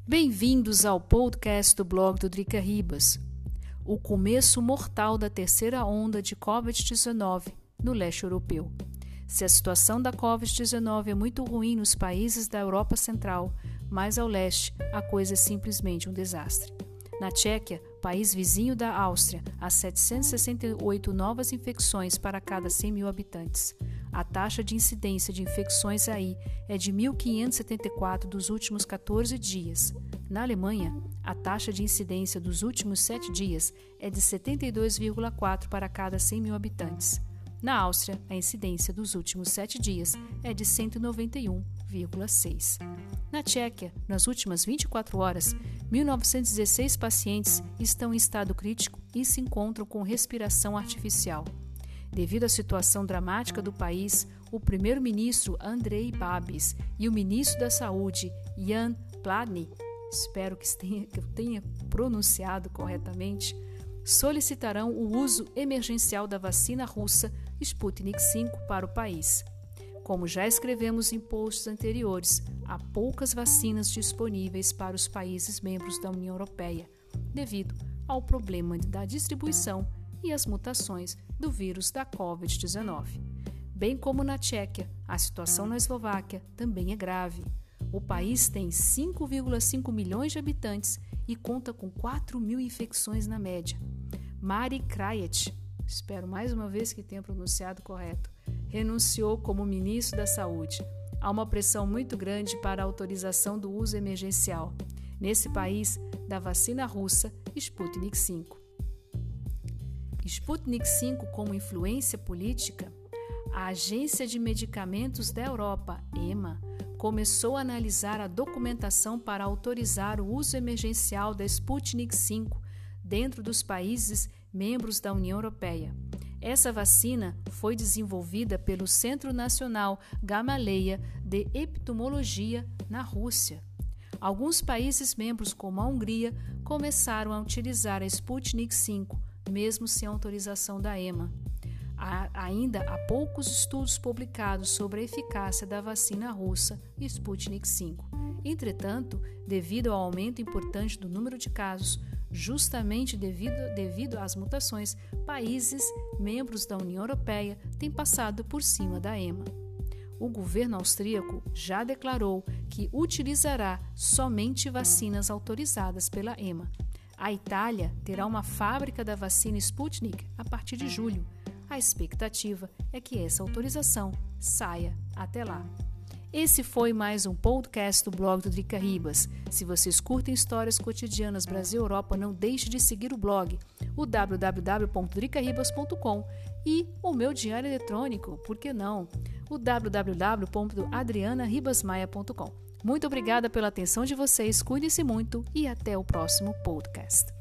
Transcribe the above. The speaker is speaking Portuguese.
Bem-vindos ao podcast do blog do Drica Ribas. O começo mortal da terceira onda de Covid-19 no leste europeu. Se a situação da Covid-19 é muito ruim nos países da Europa Central, mais ao leste, a coisa é simplesmente um desastre. Na Tchequia, país vizinho da Áustria, há 768 novas infecções para cada 100 mil habitantes. A taxa de incidência de infecções aí é de 1.574 dos últimos 14 dias. Na Alemanha, a taxa de incidência dos últimos 7 dias é de 72,4 para cada 100 mil habitantes. Na Áustria, a incidência dos últimos 7 dias é de 191,6. Na Tchequia, nas últimas 24 horas, 1.916 pacientes estão em estado crítico e se encontram com respiração artificial. Devido à situação dramática do país, o primeiro-ministro Andrej Babis e o ministro da Saúde, Jan Blatný, espero que eu tenha pronunciado corretamente, solicitarão o uso emergencial da vacina russa Sputnik V para o país. Como já escrevemos em posts anteriores, há poucas vacinas disponíveis para os países membros da União Europeia, devido ao problema da distribuição e as mutações do vírus da Covid-19. Bem como na Tchequia, a situação na Eslováquia também é grave. O país tem 5,5 milhões de habitantes e conta com 4 mil infecções na média. Mari Krajec, espero mais uma vez que tenha pronunciado correto, renunciou como ministro da Saúde. Há uma pressão muito grande para a autorização do uso emergencial, nesse país, da vacina russa Sputnik V. Sputnik V como influência política, a Agência de Medicamentos da Europa, EMA, começou a analisar a documentação para autorizar o uso emergencial da Sputnik V dentro dos países membros da União Europeia. Essa vacina foi desenvolvida pelo Centro Nacional Gamaleya de Epidemiologia na Rússia. Alguns países membros, como a Hungria, começaram a utilizar a Sputnik V, mesmo sem autorização da EMA. Ainda há poucos estudos publicados sobre a eficácia da vacina russa Sputnik V. Entretanto, devido ao aumento importante do número de casos, justamente devido às mutações, países membros da União Europeia têm passado por cima da EMA. O governo austríaco já declarou que utilizará somente vacinas autorizadas pela EMA. A Itália terá uma fábrica da vacina Sputnik a partir de julho. A expectativa é que essa autorização saia até lá. Esse foi mais um podcast do blog do Drica Ribas. Se vocês curtem histórias cotidianas Brasil e Europa, não deixe de seguir o blog, o www.dricaribas.com e o meu diário eletrônico, por que não? O www.adrianaribasmaia.com. Muito obrigada pela atenção de vocês, cuide-se muito e até o próximo podcast.